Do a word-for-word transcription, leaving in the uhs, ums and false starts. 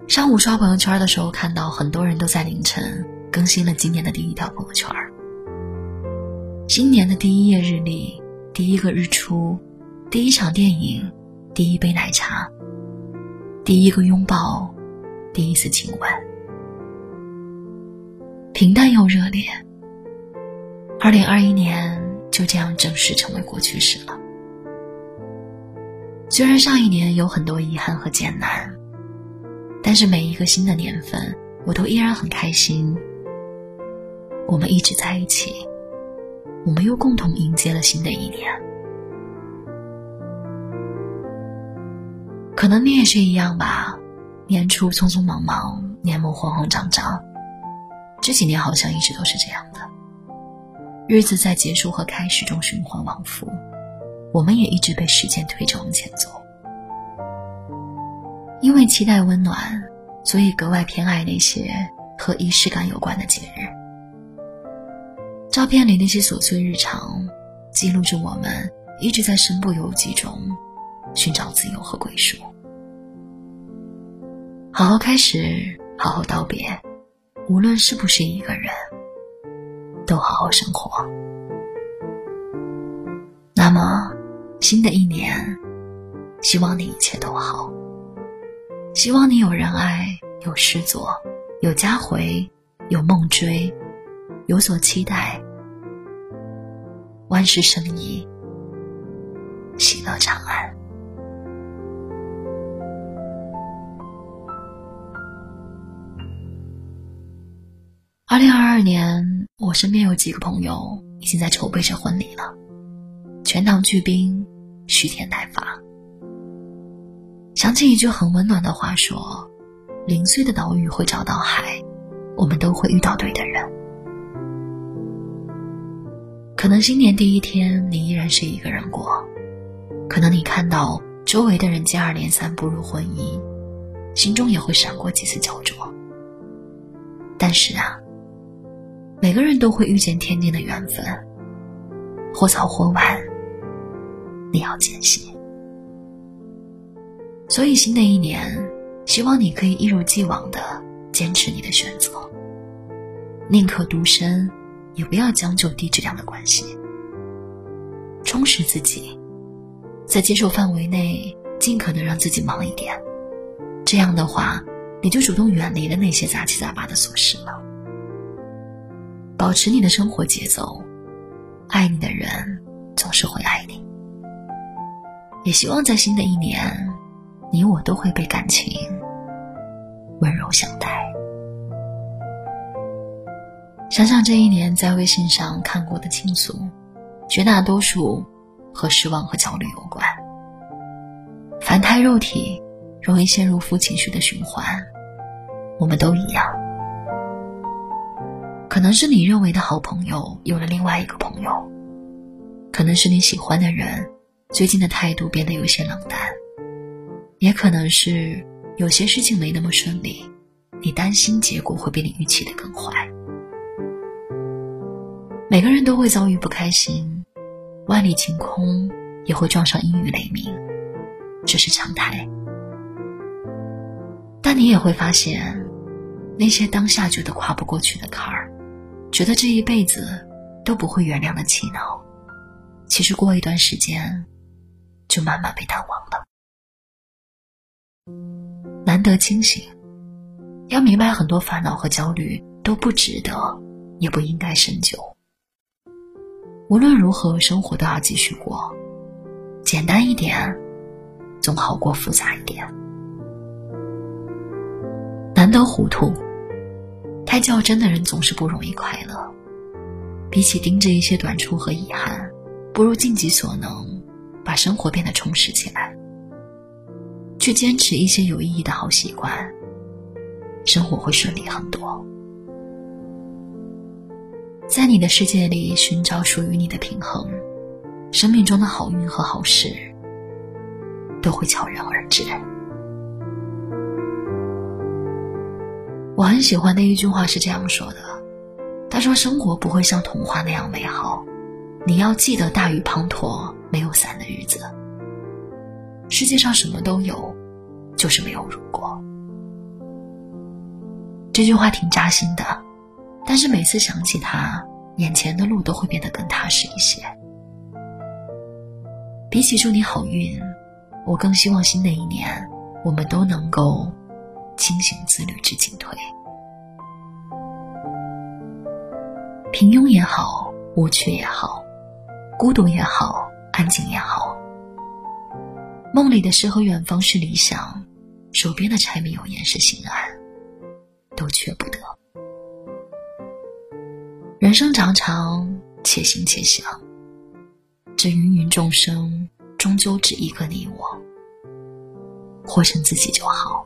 上午刷朋友圈的时候，看到很多人都在凌晨更新了今年的第一条朋友圈。新年的第一页日历，第一个日出，第一场电影，第一杯奶茶，第一个拥抱，第一次亲吻。平淡又热烈。二零二一年就这样正式成为过去式了。虽然上一年有很多遗憾和艰难，但是每一个新的年份我都依然很开心。我们一直在一起，我们又共同迎接了新的一年。可能你也是一样吧，年初匆匆忙忙，年末慌慌张张，这几年好像一直都是这样的。日子在结束和开始中循环往复，我们也一直被时间推着往前走。因为期待温暖，所以格外偏爱那些和仪式感有关的节日。照片里那些琐碎日常，记录着我们一直在身不由己中寻找自由和归属。好好开始，好好道别，无论是不是一个人，都好好生活。那么新的一年，希望你一切都好，希望你有人爱，有事做，有家回，有梦追，有所期待，万事胜意，喜乐长安。二零二二年，我身边有几个朋友已经在筹备着婚礼了，全堂巨宾，虚天待发。想起一句很温暖的话说，零碎的岛屿会找到海，我们都会遇到对的人。可能新年第一天你依然是一个人过，可能你看到周围的人接二连三步入婚姻，心中也会闪过几次焦灼。但是啊，每个人都会遇见天定的缘分，或早或晚，你要坚信。所以新的一年，希望你可以一如既往地坚持你的选择，宁可独身，也不要将就低质量的关系，充实自己，在接受范围内尽可能让自己忙一点，这样的话你就主动远离了那些杂七杂八的琐事了。保持你的生活节奏，爱你的人总是会爱你。也希望在新的一年，你我都会被感情温柔相待。想想这一年在微信上看过的倾诉，绝大多数和失望和焦虑有关。凡胎肉体，容易陷入负情绪的循环，我们都一样。可能是你认为的好朋友有了另外一个朋友，可能是你喜欢的人最近的态度变得有些冷淡，也可能是有些事情没那么顺利，你担心结果会比你预期的更坏。每个人都会遭遇不开心，万里晴空也会撞上阴雨雷鸣，这是常态。但你也会发现，那些当下觉得跨不过去的坎儿，觉得这一辈子都不会原谅的气恼，其实过一段时间就慢慢被淡忘了。难得清醒，要明白很多烦恼和焦虑都不值得，也不应该深究。无论如何，生活都要继续过，简单一点总好过复杂一点。难得糊涂，太较真的人总是不容易快乐。比起盯着一些短处和遗憾，不如尽己所能把生活变得充实起来，去坚持一些有意义的好习惯，生活会顺利很多。在你的世界里寻找属于你的平衡，生命中的好运和好事都会悄然而至。我很喜欢的一句话是这样说的，他说生活不会像童话那样美好，你要记得大雨滂沱没有伞的日子。世界上什么都有，就是没有如果。 这句话挺扎心的，但是每次想起它，眼前的路都会变得更踏实一些。比起祝你好运，我更希望新的一年我们都能够清醒自律知进退。平庸也好，无趣也好，孤独也好，安静也好，梦里的诗和远方是理想，手边的柴米油盐是心安，都缺不得。人生长长，且行且想，这芸芸众生终究只一个你我，活成自己就好。